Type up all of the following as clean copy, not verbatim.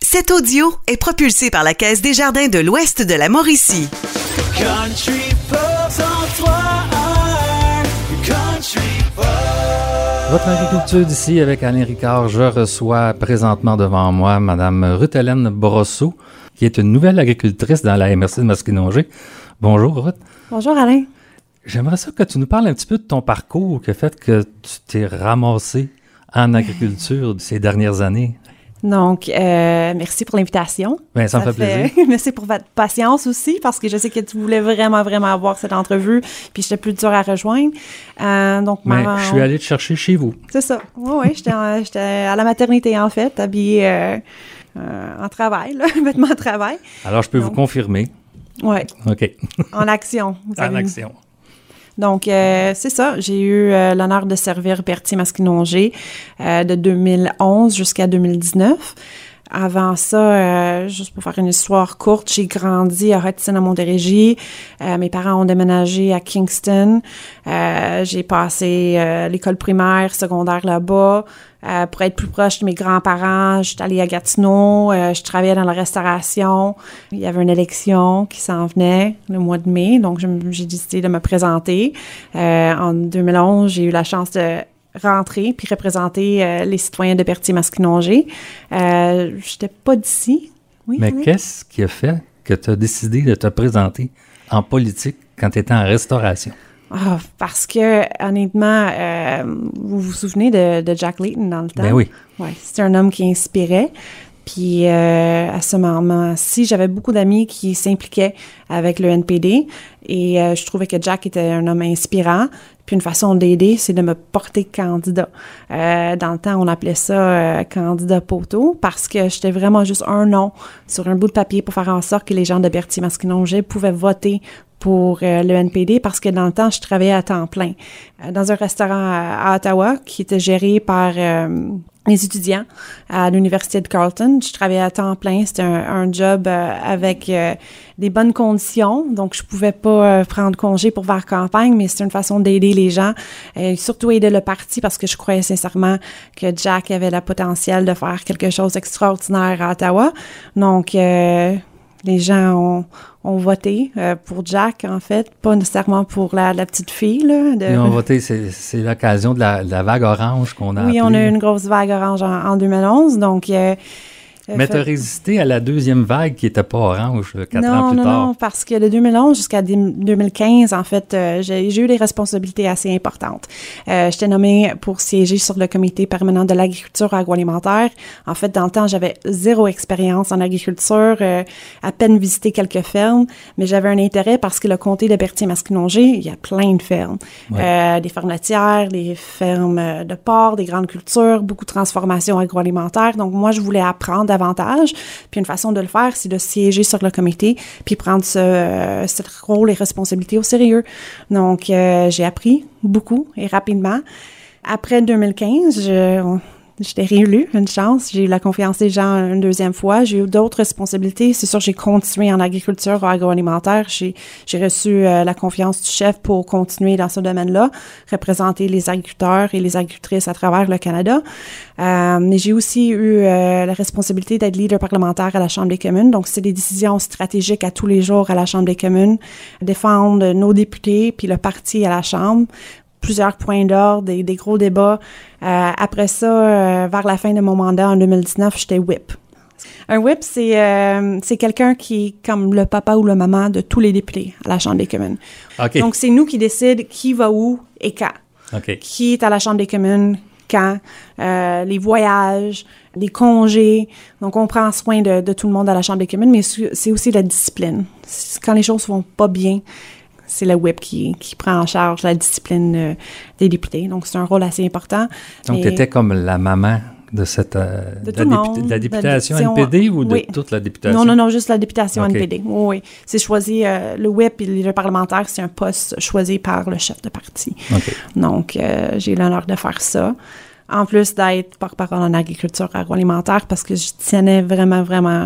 Cet audio est propulsé par la Caisse des Jardins de l'Ouest de la Mauricie. Country Folks en toi, Country Folks. Votre agriculture d'ici avec Alain Ricard. Je reçois présentement devant moi Mme Ruth-Hélène Brosseau, qui est une nouvelle agricultrice dans la MRC de Masquinongé. Bonjour Ruth. Bonjour Alain. J'aimerais ça que tu nous parles un petit peu de ton parcours, le fait que tu t'es ramassé en agriculture ces dernières années. Donc, merci pour l'invitation. Bien, ça me fait plaisir. Merci pour votre patience aussi, parce que je sais que tu voulais vraiment avoir cette entrevue, puis j'étais plus dur à rejoindre. Je suis allé te chercher chez vous. C'est ça. Oui, j'étais à la maternité, en fait, habillée en travail, là, vêtements de travail. Alors, je peux vous confirmer. Oui. OK. En action. En action. Donc, c'est ça. J'ai eu l'honneur de servir Berthier-Masquinongé de 2011 jusqu'à 2019. Avant ça, juste pour faire une histoire courte, j'ai grandi à Hudson à Montérégie. Mes parents ont déménagé à Kingston. J'ai passé l'école primaire, secondaire là-bas. Pour être plus proche de mes grands-parents, j'étais allée à Gatineau. Je travaillais dans la restauration. Il y avait une élection qui s'en venait le mois de mai, donc j'ai décidé de me présenter. En 2011, j'ai eu la chance de rentrer puis représenter les citoyens de Berthier-Masquinongé. J'étais pas d'ici. Oui, mais qu'est-ce qui a fait que tu as décidé de te présenter en politique quand tu étais en restauration? Parce que, honnêtement, vous vous souvenez de Jack Layton dans le temps? Ben oui. Ouais, c'était un homme qui inspirait. Puis, à ce moment-ci, j'avais beaucoup d'amis qui s'impliquaient avec le NPD et je trouvais que Jack était un homme inspirant. Puis, une façon d'aider, c'est de me porter candidat. Dans le temps, on appelait ça candidat poteau parce que j'étais vraiment juste un nom sur un bout de papier pour faire en sorte que les gens de Berthier-Masquinongé pouvaient voter pour le NPD parce que dans le temps, je travaillais à temps plein dans un restaurant à Ottawa qui était géré par les étudiants à l'Université de Carleton. Je travaillais à temps plein. C'était un job avec des bonnes conditions. Donc, je pouvais pas prendre congé pour faire campagne, mais c'était une façon d'aider les gens et surtout aider le parti parce que je croyais sincèrement que Jack avait le potentiel de faire quelque chose d'extraordinaire à Ottawa. Donc, les gens ont voté pour Jack, en fait, pas nécessairement pour la petite fille. Là, Ils ont voté, c'est l'occasion de la vague orange qu'on a appelée. Oui, on a eu une grosse vague orange en 2011, donc... mais tu as résisté à la deuxième vague qui n'était pas orange 4 ans plus tard. Non, parce que de 2011 jusqu'à 2015, en fait, j'ai eu des responsabilités assez importantes. J'étais nommée pour siéger sur le comité permanent de l'agriculture agroalimentaire. En fait, dans le temps, j'avais zéro expérience en agriculture, à peine visité quelques fermes, mais j'avais un intérêt parce que le comté de Berthier-Masquinongé, il y a plein de fermes. Ouais. Des fermes laitières, des fermes de porc, des grandes cultures, beaucoup de transformations agroalimentaires. Donc, moi, je voulais apprendre davantage. Puis une façon de le faire, c'est de siéger sur le comité puis prendre ce rôle et responsabilité au sérieux. Donc, j'ai appris beaucoup et rapidement. Après 2015, j'étais réélue, une chance. J'ai eu la confiance des gens une deuxième fois. J'ai eu d'autres responsabilités. C'est sûr, j'ai continué en agriculture agroalimentaire. J'ai reçu la confiance du chef pour continuer dans ce domaine-là, représenter les agriculteurs et les agricultrices à travers le Canada. Mais j'ai aussi eu la responsabilité d'être leader parlementaire à la Chambre des communes. Donc, c'est des décisions stratégiques à tous les jours à la Chambre des communes, défendre nos députés puis le parti à la Chambre. Plusieurs points d'ordre, des gros débats. Après ça, vers la fin de mon mandat en 2019, j'étais whip. Un whip, c'est quelqu'un qui est comme le papa ou la maman de tous les députés à la Chambre des communes. Okay. Donc, c'est nous qui décident qui va où et quand. Okay. Qui est à la Chambre des communes, quand, les voyages, les congés. Donc, on prend soin de tout le monde à la Chambre des communes, mais c'est aussi la discipline. Quand les choses vont pas bien, c'est le whip qui prend en charge la discipline des députés. Donc, c'est un rôle assez important. Donc, tu étais comme la maman de de la députation NPD ou de toute la députation? Non, juste la députation NPD. Oui. C'est choisi, le whip et le leader parlementaire, c'est un poste choisi par le chef de parti. Okay. Donc, j'ai eu l'honneur de faire ça. En plus d'être porte-parole en agriculture agroalimentaire parce que je tenais vraiment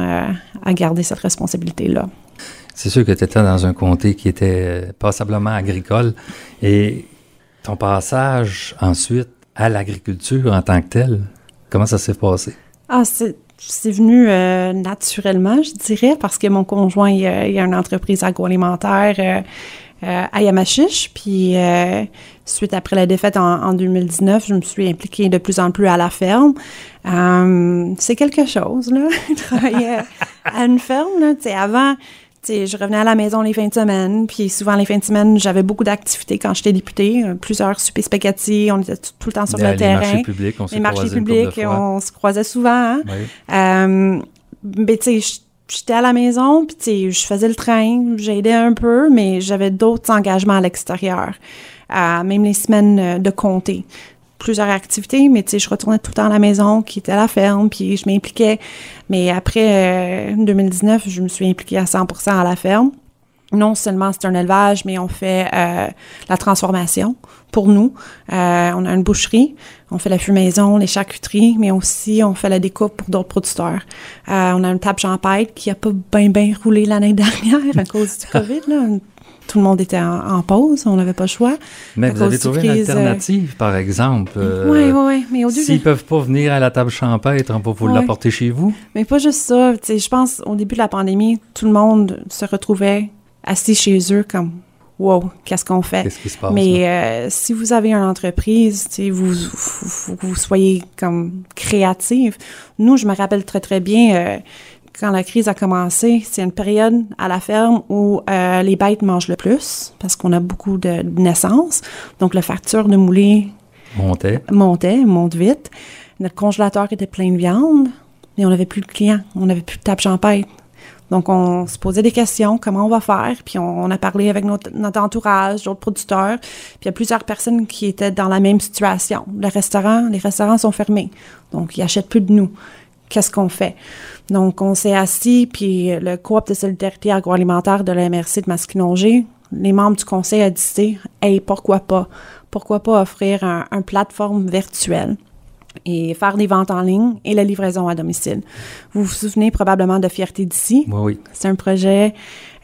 à garder cette responsabilité-là. C'est sûr que tu étais dans un comté qui était passablement agricole et ton passage ensuite à l'agriculture en tant que tel, comment ça s'est passé? c'est venu naturellement, je dirais, parce que mon conjoint, il a une entreprise agroalimentaire à Yamachiche. Puis, suite après la défaite en 2019, je me suis impliquée de plus en plus à la ferme. C'est quelque chose, là, travailler à une ferme, là. Tu sais, avant, je revenais à la maison les fins de semaine, puis souvent les fins de semaine, j'avais beaucoup d'activités quand j'étais députée, plusieurs soupers spaghettis, on était tout le temps sur le terrain. Les marchés publics, on se croisait souvent. Hein? Oui. Mais tu sais, j'étais à la maison, puis tu sais, je faisais le train, j'aidais un peu, mais j'avais d'autres engagements à l'extérieur, même les semaines de comté. Plusieurs activités, mais tu sais, je retournais tout le temps à la maison, qui était à la ferme, puis je m'impliquais. Mais après 2019, je me suis impliquée à 100% à la ferme. Non seulement c'est un élevage, mais on fait la transformation pour nous. On a une boucherie, on fait la fumaison, les charcuteries, mais aussi on fait la découpe pour d'autres producteurs. On a une table champêtre qui a pas bien roulé l'année dernière à cause du COVID, là. Tout le monde était en pause, on n'avait pas le choix. Mais vous avez trouvé une alternative, par exemple. Oui. Mais au début, s'ils ne peuvent pas venir à la table champêtre, on va vous l'apporter chez vous? Mais pas juste ça. Je pense, au début de la pandémie, tout le monde se retrouvait assis chez eux comme « Wow, qu'est-ce qu'on fait? » Qu'est-ce qui se passe? Mais si vous avez une entreprise, vous soyez comme créative. Nous, je me rappelle très, très bien... quand la crise a commencé, c'est une période à la ferme où les bêtes mangent le plus parce qu'on a beaucoup de naissances. Donc, la facture de moulée monte vite. Notre congélateur était plein de viande, mais on n'avait plus de clients. On n'avait plus de table champêtre. Donc, on se posait des questions, comment on va faire? Puis, on a parlé avec notre entourage, d'autres producteurs. Puis, il y a plusieurs personnes qui étaient dans la même situation. Les restaurants sont fermés. Donc, ils n'achètent plus de nous. Qu'est-ce qu'on fait? Donc, on s'est assis, puis le coop de solidarité agroalimentaire de la MRC de Masquinongé, les membres du conseil ont dit « Hey, pourquoi pas? Pourquoi pas offrir un plateforme virtuelle et faire des ventes en ligne et la livraison à domicile? » Vous vous souvenez probablement de Fierté d'ici? Oui. C'est un projet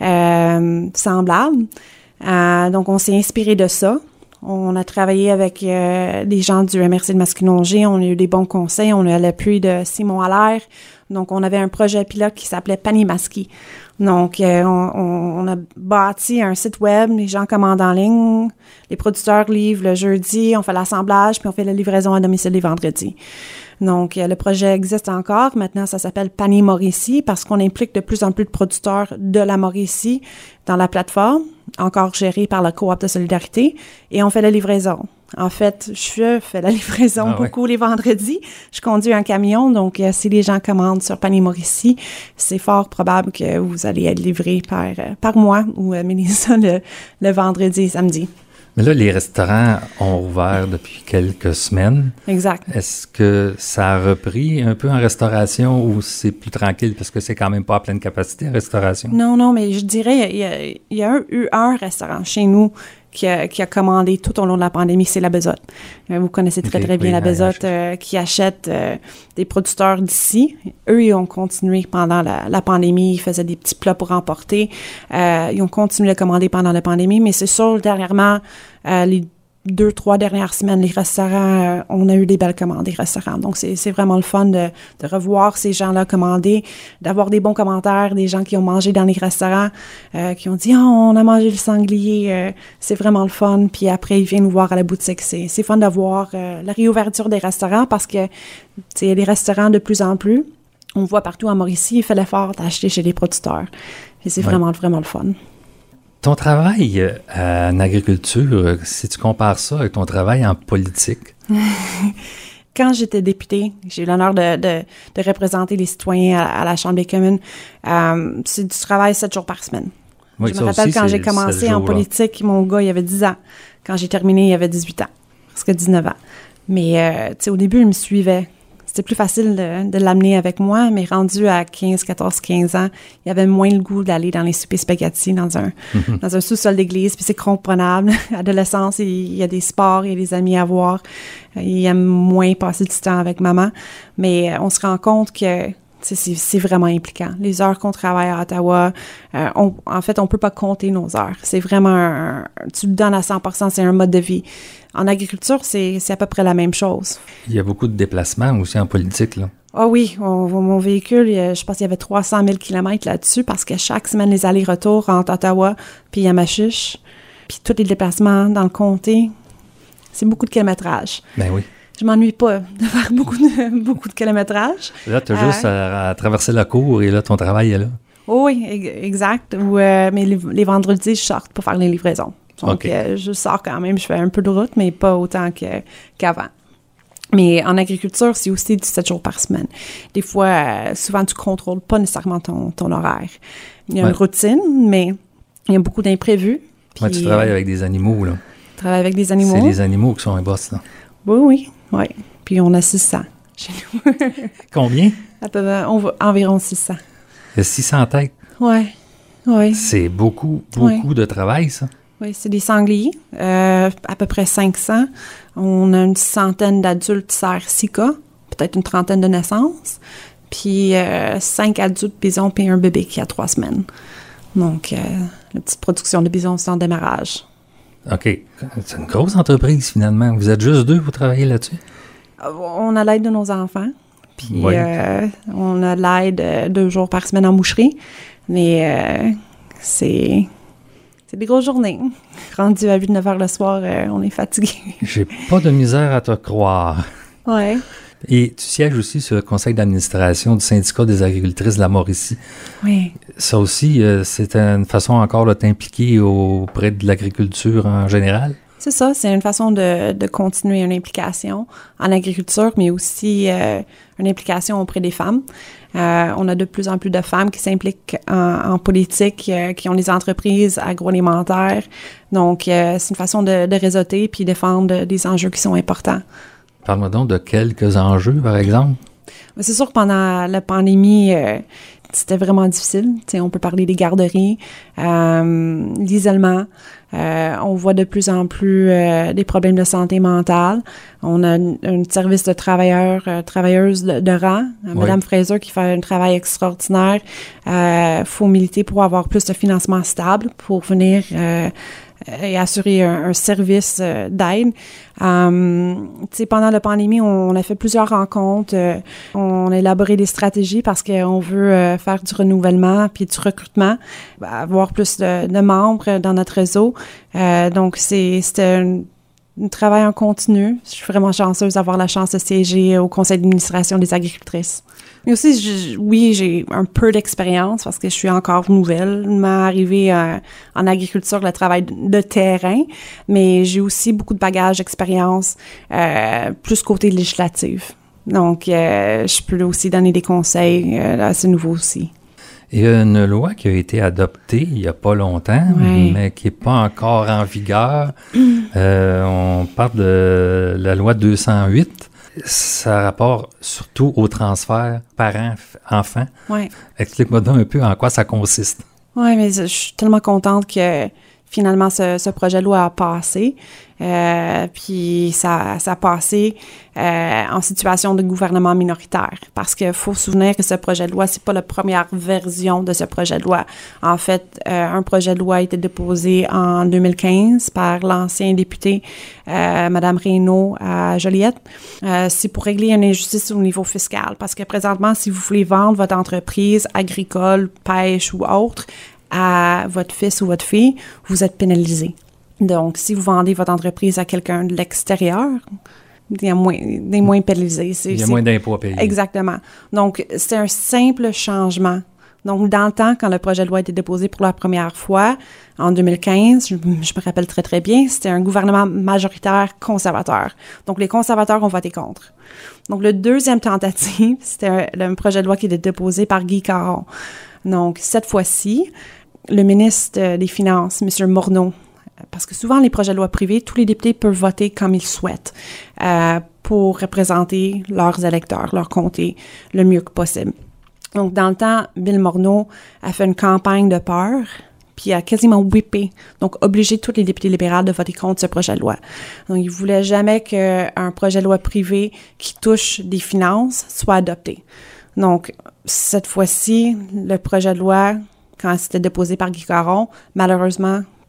semblable. Donc, on s'est inspiré de ça. On a travaillé avec des gens du MRC de Masquinongé, on a eu des bons conseils, on a eu l'appui de Simon Allaire. Donc, on avait un projet pilote qui s'appelait Panimaski. Donc, on a bâti un site web, les gens commandent en ligne, les producteurs livrent le jeudi, on fait l'assemblage, puis on fait la livraison à domicile les vendredis. Donc, le projet existe encore. Maintenant, ça s'appelle Panier Mauricie parce qu'on implique de plus en plus de producteurs de la Mauricie dans la plateforme, encore gérée par la coop de solidarité, et on fait la livraison. En fait, je fais la livraison beaucoup les vendredis. Je conduis un camion, donc si les gens commandent sur Panier Mauricie, c'est fort probable que vous allez être livré par moi ou Mélissa le vendredi et samedi. Mais là, les restaurants ont ouvert depuis quelques semaines. Exact. Est-ce que ça a repris un peu en restauration ou c'est plus tranquille parce que c'est quand même pas à pleine capacité en restauration? Non, mais je dirais, il y a eu un restaurant chez nous qui a commandé tout au long de la pandémie, c'est La Bezotte. Vous connaissez très bien La Bezotte, qui achète des producteurs d'ici. Eux, ils ont continué pendant la pandémie, ils faisaient des petits plats pour emporter. Ils ont continué à commander pendant la pandémie, mais c'est sûr, dernièrement, les 2-3 dernières semaines, les restaurants, on a eu des belles commandes des restaurants. Donc, c'est vraiment le fun de revoir ces gens-là commander, d'avoir des bons commentaires, des gens qui ont mangé dans les restaurants, qui ont dit « on a mangé le sanglier, c'est vraiment le fun. » Puis après, ils viennent nous voir à la boutique. C'est fun de voir la réouverture des restaurants parce que, tu sais, les restaurants de plus en plus, on voit partout en Mauricie, ils font l'effort d'acheter chez les producteurs. Et c'est vraiment le fun. Ton travail en agriculture, si tu compares ça avec ton travail en politique? Quand j'étais députée, j'ai eu l'honneur de représenter les citoyens à la Chambre des communes. C'est du travail 7 jours par semaine. Oui, je me rappelle quand j'ai commencé en politique, mon gars, il avait 10 ans. Quand j'ai terminé, il avait 18 ans, presque 19 ans. Mais tu sais, au début, il me suivait. C'était plus facile de l'amener avec moi, mais rendu à 15 ans, il avait moins le goût d'aller dans les soupers spaghettis dans un sous-sol d'église, puis c'est comprenable. Adolescence, il y a des sports, il y a des amis à voir. Il aime moins passer du temps avec maman. Mais on se rend compte que c'est vraiment impliquant. Les heures qu'on travaille à Ottawa, en fait, on peut pas compter nos heures. C'est vraiment tu le donnes à 100%, c'est un mode de vie. En agriculture, c'est à peu près la même chose. Il y a beaucoup de déplacements aussi en politique, là. Ah oui, mon véhicule, je pense qu'il y avait 300 000 km là-dessus parce que chaque semaine, les allers-retours entre Ottawa puis Yamachiche, puis tous les déplacements dans le comté, c'est beaucoup de kilométrage. Ben oui. Je m'ennuie pas de faire beaucoup de kilométrage. Là, tu as juste à traverser la cour et là, ton travail est là. Oui, exact. Mais les vendredis, je sors pour faire les livraisons. Donc, je sors quand même, je fais un peu de route, mais pas autant qu'avant. Mais en agriculture, c'est aussi du 7 jours par semaine. Des fois, souvent, tu contrôles pas nécessairement ton horaire. Il y a une routine, mais il y a beaucoup d'imprévus. Puis, tu travailles avec des animaux, là. Je travaille avec des animaux. C'est les animaux qui sont les boss, là. Oui. Puis on a 600 chez nous. Combien? Environ 600. Il y a 600 têtes. Oui. C'est beaucoup de travail, ça. Oui, c'est des sangliers, à peu près 500. On a une centaine d'adultes cerfs Sika, peut-être une trentaine de naissances, puis 5 adultes bisons, puis un bébé qui a 3 semaines. Donc, la petite production de bisons, c'est en démarrage. OK. C'est une grosse entreprise, finalement. Vous êtes juste 2 pour travailler là-dessus? On a l'aide de nos enfants, puis on a l'aide 2 jours par semaine en moucherie, mais c'est des grosses journées. Rendu à 8-9 heures le soir, on est fatigué. J'ai pas de misère à te croire. Ouais. Et tu sièges aussi sur le conseil d'administration du syndicat des agricultrices de la Mauricie. Oui. Ça aussi, c'est une façon encore de t'impliquer auprès de l'agriculture en général? C'est ça, c'est une façon de continuer une implication en agriculture, mais aussi une implication auprès des femmes. On a de plus en plus de femmes qui s'impliquent en politique, qui ont des entreprises agroalimentaires. Donc, c'est une façon de réseauter puis défendre des enjeux qui sont importants. Parle-moi donc de quelques enjeux, par exemple. C'est sûr que pendant la pandémie, c'était vraiment difficile. T'sais, on peut parler des garderies, l'isolement. On voit de plus en plus des problèmes de santé mentale. On a un service de travailleuses de rang, Mme Fraser, qui fait un travail extraordinaire. Faut militer pour avoir plus de financement stable pour venir et assurer un service d'aide. Pendant la pandémie, on a fait plusieurs rencontres. On a élaboré des stratégies parce qu'on veut faire du renouvellement puis du recrutement, avoir plus de membres dans notre réseau. Donc, c'était un travail en continu. Je suis vraiment chanceuse d'avoir la chance de siéger au conseil d'administration des agricultrices. Mais aussi, j'ai un peu d'expérience parce que je suis encore nouvelle. Il m'est arrivé en agriculture le travail de terrain, mais j'ai aussi beaucoup de bagages d'expérience, plus côté législatif. Donc, je peux aussi donner des conseils à ce niveau aussi. Il y a une loi qui a été adoptée il n'y a pas longtemps, mais qui n'est pas encore en vigueur. On parle de la loi 208. Ça rapporte surtout au transfert parents-enfants. Ouais. Explique-moi donc un peu en quoi ça consiste. Oui, mais je suis tellement contente que finalement ce projet de loi a passé. Puis ça a passé en situation de gouvernement minoritaire. Parce qu'il faut se souvenir que ce projet de loi, c'est pas la première version de ce projet de loi. En fait, un projet de loi a été déposé en 2015 par l'ancien député Madame Reynaud à Joliette. C'est pour régler une injustice au niveau fiscal. Parce que présentement, si vous voulez vendre votre entreprise agricole, pêche ou autre à votre fils ou votre fille, vous êtes pénalisé. Donc, si vous vendez votre entreprise à quelqu'un de l'extérieur, il y a moins pénalisé. Il y a moins d'impôts à payer. Exactement. Donc, c'est un simple changement. Donc, dans le temps, quand le projet de loi a été déposé pour la première fois, en 2015, je me rappelle très, très bien, c'était un gouvernement majoritaire conservateur. Donc, les conservateurs ont voté contre. Donc, le deuxième tentative, c'était un projet de loi qui était déposé par Guy Caron. Donc, cette fois-ci, le ministre des Finances, M. Morneau, parce que souvent, les projets de loi privés, tous les députés peuvent voter comme ils souhaitent pour représenter leurs électeurs, leur comté, le mieux que possible. Donc, dans le temps, Bill Morneau a fait une campagne de peur, puis a quasiment whippé, donc obligé tous les députés libéraux de voter contre ce projet de loi. Donc, il voulait jamais qu'un projet de loi privé qui touche des finances soit adopté. Donc, cette fois-ci, le projet de loi, quand c'était déposé par Guy Caron, malheureusement,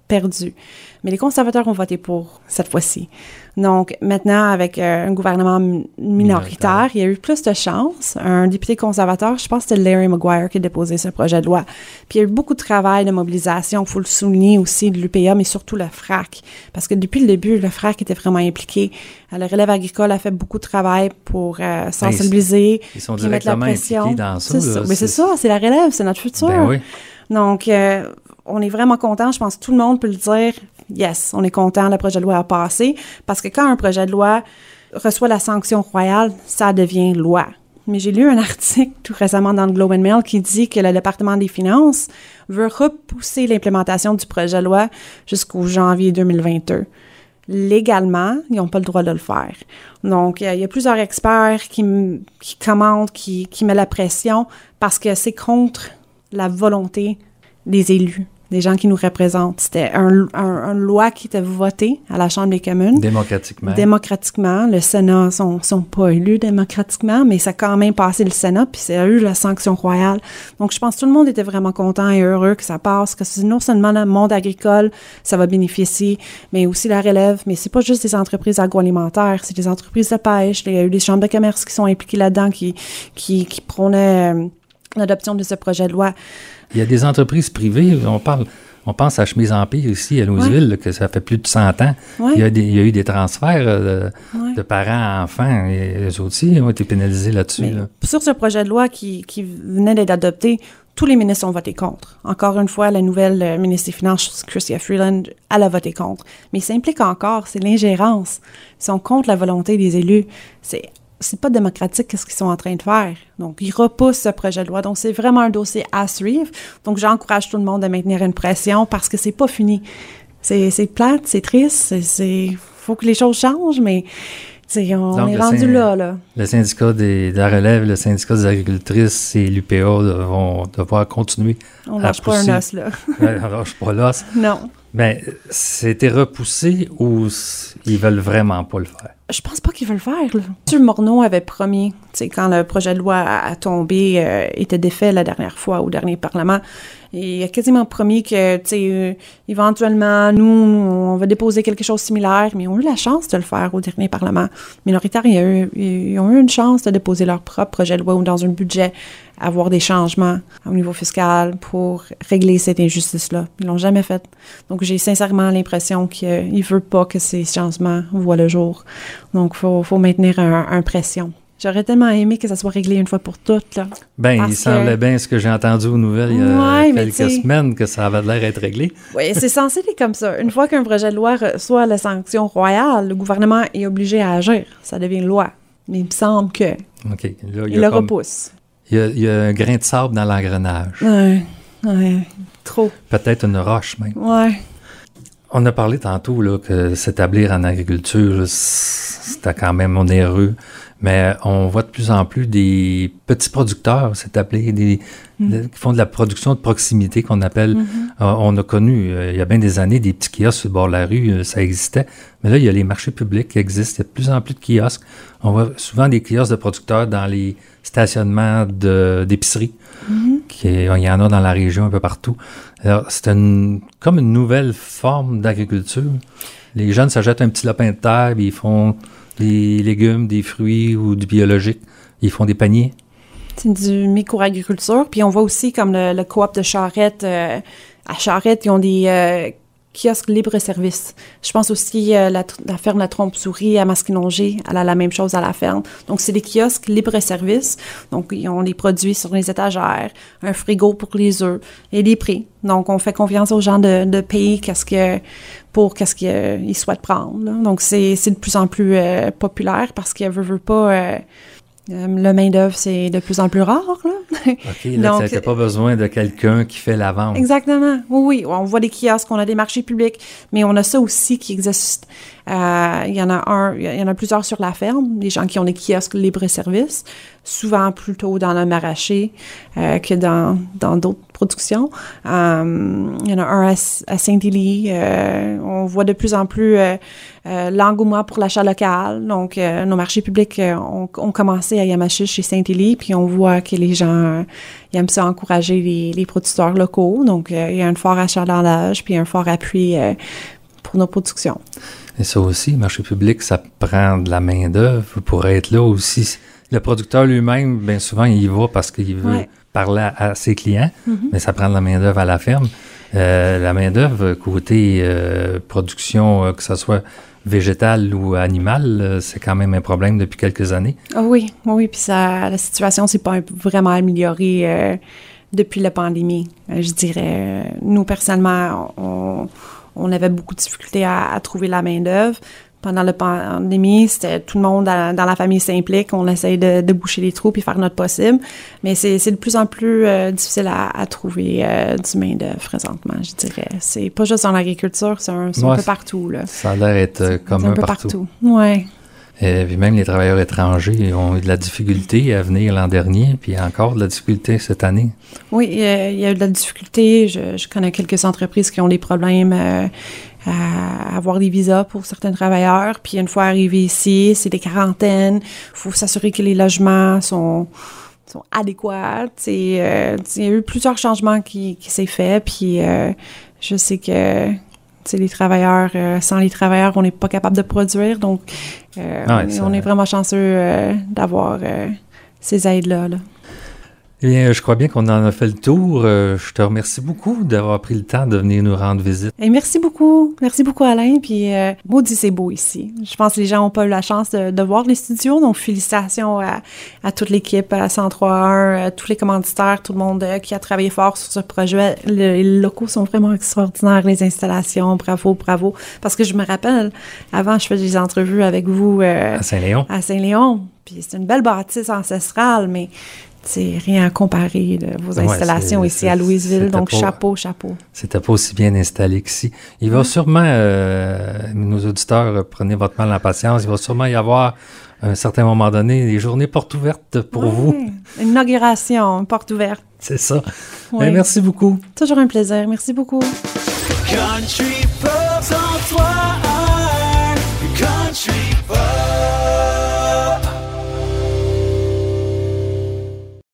perdu. Mais les conservateurs ont voté pour cette fois-ci. Donc, maintenant, avec un gouvernement minoritaire, il y a eu plus de chance. Un député conservateur, je pense que c'était Larry Maguire qui a déposé ce projet de loi. Puis, il y a eu beaucoup de travail, de mobilisation, il faut le souligner aussi, de l'UPA, mais surtout le FRAC. Parce que depuis le début, le FRAC était vraiment impliqué. Le relève agricole a fait beaucoup de travail pour sensibiliser. Ils sont directement impliqués dans ça. Mais c'est ça, c'est la relève, c'est notre futur. Ben oui. Donc, on est vraiment content. Je pense que tout le monde peut le dire. Yes, on est content, le projet de loi a passé. Parce que quand un projet de loi reçoit la sanction royale, ça devient loi. Mais j'ai lu un article tout récemment dans le Globe and Mail qui dit que le département des Finances veut repousser l'implémentation du projet de loi jusqu'au janvier 2022. Légalement, ils n'ont pas le droit de le faire. Donc, il y a plusieurs experts qui commentent, qui mettent la pression parce que c'est contre la volonté des élus, des gens qui nous représentent. C'était une loi qui était votée à la Chambre des communes. Démocratiquement. Le Sénat ne sont pas élus démocratiquement, mais ça a quand même passé le Sénat, puis ça a eu la sanction royale. Donc, je pense que tout le monde était vraiment content et heureux que ça passe, que c'est non seulement le monde agricole, ça va bénéficier, mais aussi la relève. Mais c'est pas juste des entreprises agroalimentaires, c'est des entreprises de pêche. Il y a eu des chambres de commerce qui sont impliquées là-dedans, qui prônaient l'adoption de ce projet de loi. Il y a des entreprises privées, on pense à Chemise Empire ici, à Louisville, que ça fait plus de 100 ans. Il y a eu des transferts de parents à enfants, et eux aussi ont été pénalisés là-dessus. Là. Sur ce projet de loi qui venait d'être adopté, tous les ministres ont voté contre. Encore une fois, la nouvelle ministre des Finances, Chrystia Freeland, elle a voté contre. Mais ça implique encore, c'est l'ingérence. Ils sont contre la volonté des élus. C'est pas démocratique ce qu'ils sont en train de faire. Donc, ils repoussent ce projet de loi. Donc, c'est vraiment un dossier à suivre. Donc, j'encourage tout le monde à maintenir une pression parce que c'est pas fini. C'est plate, c'est triste, faut que les choses changent, mais on est rendu là. Le syndicat de la relève, le syndicat des agricultrices et l'UPA vont devoir continuer à pousser. On lâche pas un os, là. On lâche pas l'os. Non. Mais c'était repoussé ou ils veulent vraiment pas le faire? Je pense pas qu'ils veulent le faire, là. M. Morneau avait promis, quand le projet de loi a tombé, était défait la dernière fois au dernier Parlement, et il a quasiment promis que, éventuellement, nous, on va déposer quelque chose de similaire, mais ils ont eu la chance de le faire au dernier Parlement. Minoritaire, ils ont eu une chance de déposer leur propre projet de loi ou dans un budget, avoir des changements au niveau fiscal pour régler cette injustice-là. Ils l'ont jamais fait. Donc, j'ai sincèrement l'impression qu'ils ne veulent pas que ces changements voient le jour. Donc, faut maintenir un pression. J'aurais tellement aimé que ça soit réglé une fois pour toutes, là. Il semblait bien ce que j'ai entendu aux nouvelles il y a quelques semaines, que ça avait l'air d'être réglé. Oui, c'est censé être comme ça. Une fois qu'un projet de loi reçoit la sanction royale, le gouvernement est obligé à agir. Ça devient une loi. Mais il me semble que il le repousse. Il y a un grain de sable dans l'engrenage. Oui, trop. Peut-être une roche, même. Oui. On a parlé tantôt là, que s'établir en agriculture, c'était quand même onéreux, mais on voit de plus en plus des petits producteurs s'établir, qui font de la production de proximité qu'on appelle. On a connu, il y a bien des années, des petits kiosques sur le bord de la rue, ça existait, mais là, il y a les marchés publics qui existent, il y a de plus en plus de kiosques. On voit souvent des kiosques de producteurs dans les stationnements d'épicerie. Il y en a dans la région un peu partout. Alors, c'est comme une nouvelle forme d'agriculture. Les jeunes s'achètent un petit lopin de terre, puis ils font des légumes, des fruits ou du biologique. Ils font des paniers. C'est du micro-agriculture. Puis on voit aussi comme le coop de Charette. À Charette, ils ont des kiosques libre-service. Je pense aussi la ferme La Trompe-Souris à Masquinongé, elle a la même chose à la ferme. Donc, c'est des kiosques libre-service. Donc, ils ont des produits sur les étagères, un frigo pour les œufs et des prix. Donc, on fait confiance aux gens de payer qu'est-ce qu'ils souhaitent prendre. Là. Donc, c'est de plus en plus populaire parce qu'ils veut pas... le main-d'œuvre, c'est de plus en plus rare, là. OK, là, tu n'as pas besoin de quelqu'un qui fait la vente. Exactement. Oui, on voit des kiosques, on a des marchés publics, mais on a ça aussi qui existe Il y en a plusieurs sur la ferme, des gens qui ont des kiosques libre-service, souvent plutôt dans le maraîcher que dans d'autres productions. Il y en a un à Saint-Élie. On voit de plus en plus l'engouement pour l'achat local. Donc, nos marchés publics ont commencé à Yamachiche chez Saint-Élie, puis on voit que les gens ils aiment ça encourager les producteurs locaux. Donc, il y a un fort achalandage, puis un fort appui pour nos productions. Et ça aussi, marché public, ça prend de la main-d'œuvre pour être là aussi. Le producteur lui-même, bien souvent, il y va parce qu'il veut parler à ses clients, mais ça prend de la main-d'œuvre à la ferme. La main-d'œuvre, côté production, que ce soit végétale ou animale, c'est quand même un problème depuis quelques années. Oui, puis la situation s'est pas vraiment améliorée depuis la pandémie. Je dirais, nous, personnellement, on avait beaucoup de difficultés à trouver la main-d'œuvre. Pendant la pandémie, c'était tout le monde dans la famille s'implique. On essaye de boucher les trous puis faire notre possible. Mais c'est de plus en plus difficile à trouver du main-d'œuvre présentement, je dirais. C'est pas juste dans l'agriculture, c'est un peu partout, là. Ça a l'air d'être commun partout. Oui. Et puis même les travailleurs étrangers ont eu de la difficulté à venir l'an dernier, puis encore de la difficulté cette année. Oui, il y a eu de la difficulté. Je connais quelques entreprises qui ont des problèmes à avoir des visas pour certains travailleurs. Puis une fois arrivés ici, c'est des quarantaines. Il faut s'assurer que les logements sont adéquats. Il y a eu plusieurs changements qui s'est fait. Puis je sais que les travailleurs, sans les travailleurs, on n'est pas capable de produire. Donc, on est vraiment chanceux d'avoir ces aides-là. Là. Eh bien, je crois bien qu'on en a fait le tour. Je te remercie beaucoup d'avoir pris le temps de venir nous rendre visite. Et merci beaucoup. Merci beaucoup, Alain. Puis, maudit, c'est beau ici. Je pense que les gens n'ont pas eu la chance de voir les studios. Donc, félicitations à toute l'équipe, à 103.1, à tous les commanditaires, tout le monde qui a travaillé fort sur ce projet. Les locaux sont vraiment extraordinaires, les installations. Bravo. Parce que je me rappelle, avant, je faisais des entrevues avec vous à Saint-Léon. À Saint-Léon. Puis, c'est une belle bâtisse ancestrale, mais c'est rien à comparer de vos installations ici à Louisville. Donc, chapeau. C'était pas aussi bien installé qu'ici. Il va sûrement, nos auditeurs, prenez votre mal en patience, il va sûrement y avoir, à un certain moment donné, des journées portes ouvertes pour vous. Une inauguration, porte ouverte. C'est ça. Ben, merci beaucoup. Toujours un plaisir. Merci beaucoup. Country Pop 103.